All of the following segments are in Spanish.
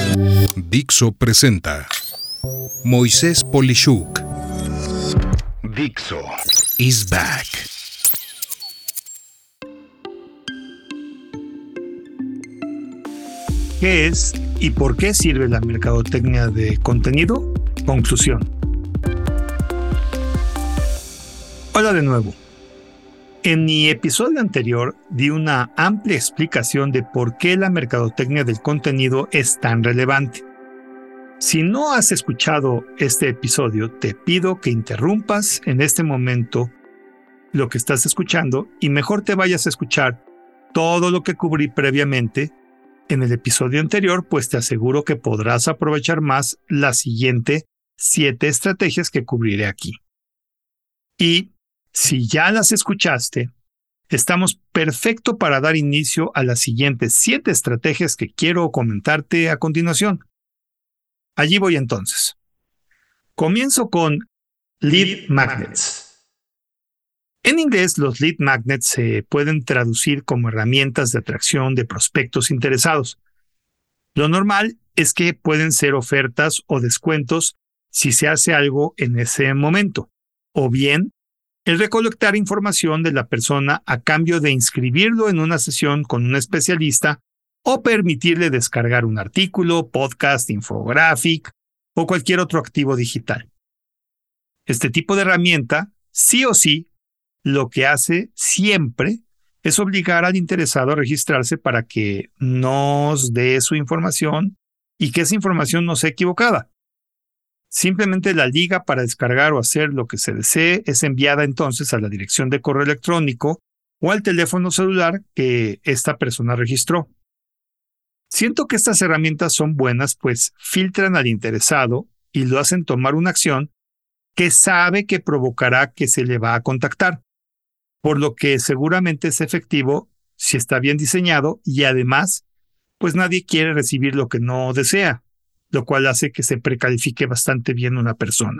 Dixo presenta Moisés Polishuk. Dixo is back. ¿Qué es y por qué sirve la mercadotecnia de contenido? Conclusión. Hola de nuevo. En mi episodio anterior di una amplia explicación de por qué la mercadotecnia del contenido es tan relevante. Si no has escuchado este episodio, te pido que interrumpas en este momento lo que estás escuchando y mejor te vayas a escuchar todo lo que cubrí previamente en el episodio anterior, pues te aseguro que podrás aprovechar más las siguientes 7 estrategias que cubriré aquí. Y si ya las escuchaste, estamos perfecto para dar inicio a las siguientes 7 estrategias que quiero comentarte a continuación. Allí voy entonces. Comienzo con lead magnets. En inglés, los lead magnets se pueden traducir como herramientas de atracción de prospectos interesados. Lo normal es que pueden ser ofertas o descuentos si se hace algo en ese momento, o bien el recolectar información de la persona a cambio de inscribirlo en una sesión con un especialista o permitirle descargar un artículo, podcast, infographic o cualquier otro activo digital. Este tipo de herramienta, sí o sí, lo que hace siempre es obligar al interesado a registrarse para que nos dé su información y que esa información no sea equivocada. Simplemente la liga para descargar o hacer lo que se desee es enviada entonces a la dirección de correo electrónico o al teléfono celular que esta persona registró. Siento que estas herramientas son buenas, pues filtran al interesado y lo hacen tomar una acción que sabe que provocará que se le va a contactar, por lo que seguramente es efectivo si está bien diseñado y además, pues nadie quiere recibir lo que no desea, lo cual hace que se precalifique bastante bien una persona.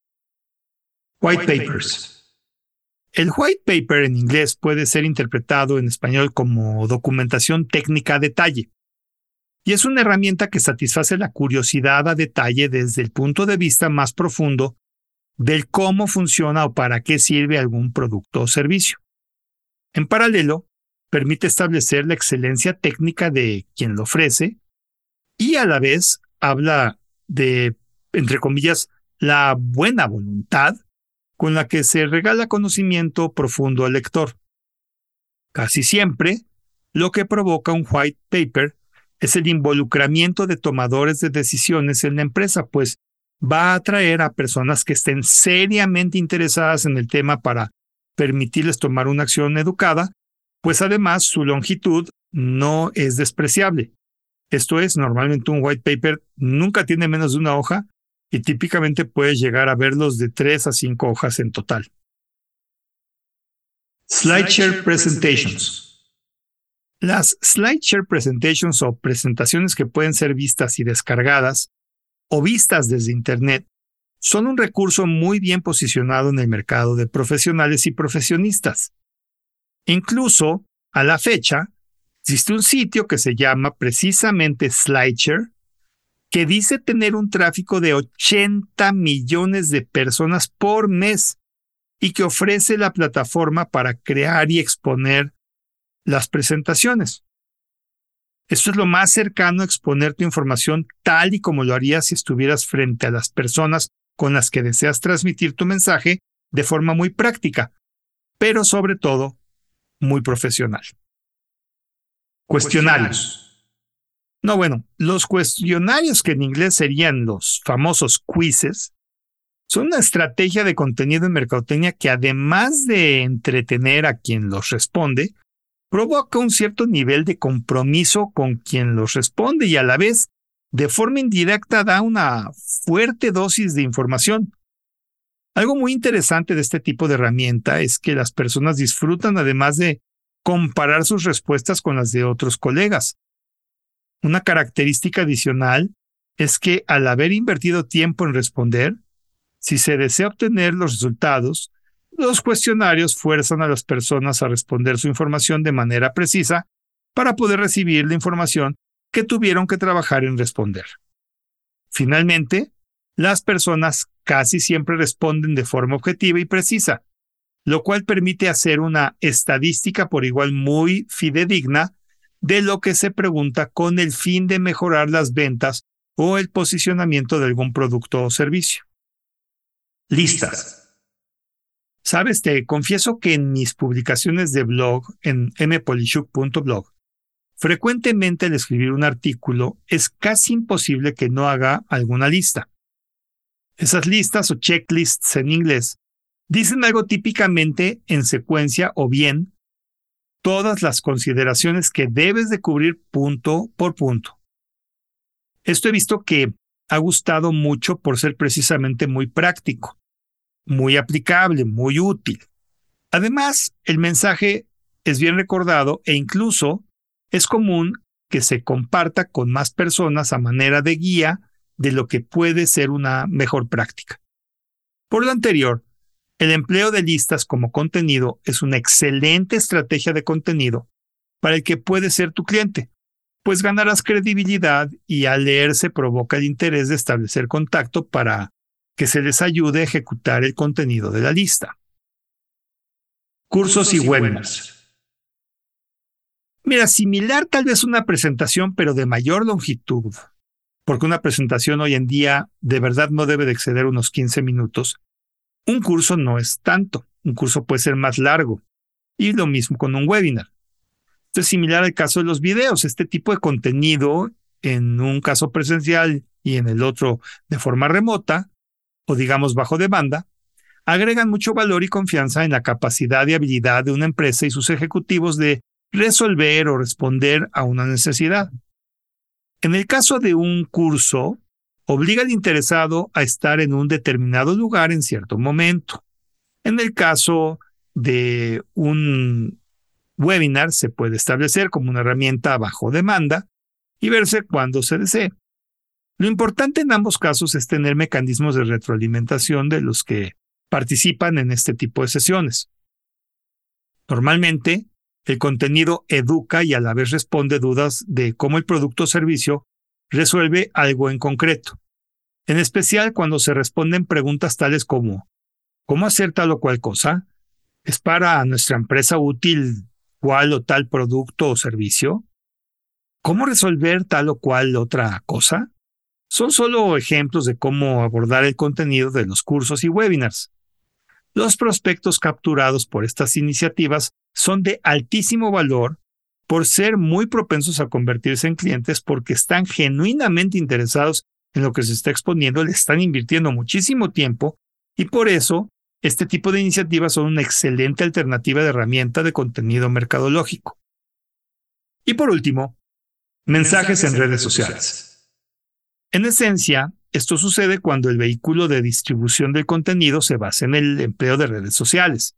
White papers. El white paper en inglés puede ser interpretado en español como documentación técnica a detalle, y es una herramienta que satisface la curiosidad a detalle desde el punto de vista más profundo del cómo funciona o para qué sirve algún producto o servicio. En paralelo, permite establecer la excelencia técnica de quien lo ofrece y a la vez habla de, entre comillas, la buena voluntad con la que se regala conocimiento profundo al lector. Casi siempre, lo que provoca un white paper es el involucramiento de tomadores de decisiones en la empresa, pues va a atraer a personas que estén seriamente interesadas en el tema para permitirles tomar una acción educada, pues además su longitud no es despreciable. Esto es, normalmente un white paper nunca tiene menos de una hoja y típicamente puedes llegar a verlos de 3 a 5 hojas en total. SlideShare Presentations. Las SlideShare Presentations o presentaciones que pueden ser vistas y descargadas o vistas desde Internet son un recurso muy bien posicionado en el mercado de profesionales y profesionistas. Incluso, a la fecha, existe un sitio que se llama precisamente SlideShare, que dice tener un tráfico de 80 millones de personas por mes y que ofrece la plataforma para crear y exponer las presentaciones. Esto es lo más cercano a exponer tu información tal y como lo harías si estuvieras frente a las personas con las que deseas transmitir tu mensaje de forma muy práctica, pero sobre todo muy profesional. Cuestionarios. Los cuestionarios, que en inglés serían los famosos quizzes, son una estrategia de contenido en mercadotecnia que además de entretener a quien los responde, provoca un cierto nivel de compromiso con quien los responde y a la vez, de forma indirecta, da una fuerte dosis de información. Algo muy interesante de este tipo de herramienta es que las personas disfrutan además de comparar sus respuestas con las de otros colegas. Una característica adicional es que al haber invertido tiempo en responder, si se desea obtener los resultados, los cuestionarios fuerzan a las personas a responder su información de manera precisa para poder recibir la información que tuvieron que trabajar en responder. Finalmente, las personas casi siempre responden de forma objetiva y precisa, lo cual permite hacer una estadística por igual muy fidedigna de lo que se pregunta con el fin de mejorar las ventas o el posicionamiento de algún producto o servicio. Listas. Sabes, te confieso que en mis publicaciones de blog en mpolishuk.blog, frecuentemente al escribir un artículo es casi imposible que no haga alguna lista. Esas listas o checklists en inglés dicen algo típicamente en secuencia o bien todas las consideraciones que debes de cubrir punto por punto. Esto he visto que ha gustado mucho por ser precisamente muy práctico, muy aplicable, muy útil. Además, el mensaje es bien recordado e incluso es común que se comparta con más personas a manera de guía de lo que puede ser una mejor práctica. Por lo anterior, el empleo de listas como contenido es una excelente estrategia de contenido para el que puede ser tu cliente, pues ganarás credibilidad y al leerse provoca el interés de establecer contacto para que se les ayude a ejecutar el contenido de la lista. Cursos y webinars. Mira, similar tal vez una presentación, pero de mayor longitud, porque una presentación hoy en día de verdad no debe de exceder unos 15 minutos. Un curso no es tanto, un curso puede ser más largo, y lo mismo con un webinar. Esto es similar al caso de los videos. Este tipo de contenido, en un caso presencial y en el otro de forma remota, o digamos bajo demanda, agregan mucho valor y confianza en la capacidad y habilidad de una empresa y sus ejecutivos de resolver o responder a una necesidad. En el caso de un curso, obliga al interesado a estar en un determinado lugar en cierto momento. En el caso de un webinar, se puede establecer como una herramienta bajo demanda y verse cuando se desee. Lo importante en ambos casos es tener mecanismos de retroalimentación de los que participan en este tipo de sesiones. Normalmente, el contenido educa y a la vez responde dudas de cómo el producto o servicio resuelve algo en concreto. En especial cuando se responden preguntas tales como ¿cómo hacer tal o cual cosa? ¿Es para nuestra empresa útil cual o tal producto o servicio? ¿Cómo resolver tal o cual otra cosa? Son solo ejemplos de cómo abordar el contenido de los cursos y webinars. Los prospectos capturados por estas iniciativas son de altísimo valor por ser muy propensos a convertirse en clientes porque están genuinamente interesados en lo que se está exponiendo, le están invirtiendo muchísimo tiempo y por eso este tipo de iniciativas son una excelente alternativa de herramienta de contenido mercadológico. Y por último, mensajes en redes sociales. En esencia, esto sucede cuando el vehículo de distribución del contenido se basa en el empleo de redes sociales.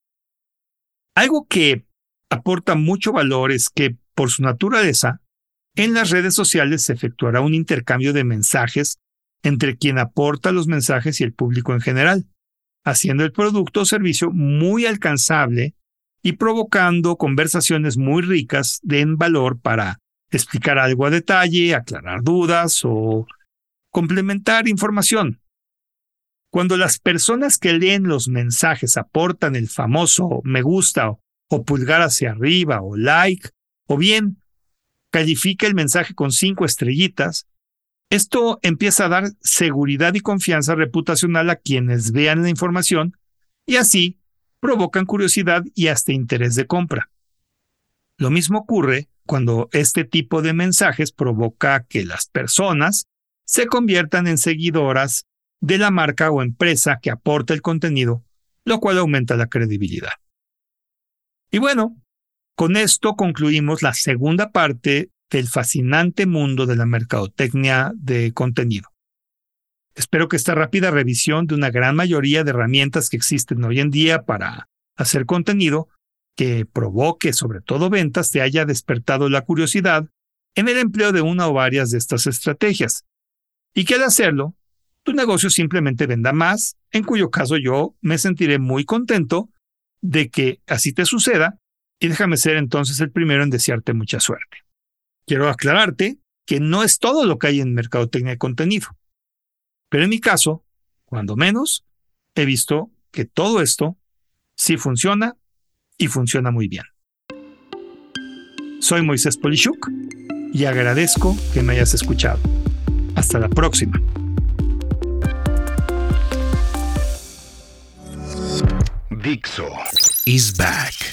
Algo que aporta mucho valor es que, por su naturaleza, en las redes sociales se efectuará un intercambio de mensajes entre quien aporta los mensajes y el público en general, haciendo el producto o servicio muy alcanzable y provocando conversaciones muy ricas en valor para explicar algo a detalle, aclarar dudas o complementar información. Cuando las personas que leen los mensajes aportan el famoso me gusta o pulgar hacia arriba o like, o bien califica el mensaje con 5 estrellitas, esto empieza a dar seguridad y confianza reputacional a quienes vean la información y así provocan curiosidad y hasta interés de compra. Lo mismo ocurre cuando este tipo de mensajes provoca que las personas se conviertan en seguidoras de la marca o empresa que aporta el contenido, lo cual aumenta la credibilidad. Y bueno, con esto concluimos la segunda parte del fascinante mundo de la mercadotecnia de contenido. Espero que esta rápida revisión de una gran mayoría de herramientas que existen hoy en día para hacer contenido que provoque sobre todo ventas te haya despertado la curiosidad en el empleo de una o varias de estas estrategias y que al hacerlo, tu negocio simplemente venda más, en cuyo caso yo me sentiré muy contento de que así te suceda y déjame ser entonces el primero en desearte mucha suerte. Quiero aclararte que no es todo lo que hay en mercadotecnia de contenido. Pero en mi caso, cuando menos, he visto que todo esto sí funciona y funciona muy bien. Soy Moisés Polishuk y agradezco que me hayas escuchado. Hasta la próxima. Dixo is back.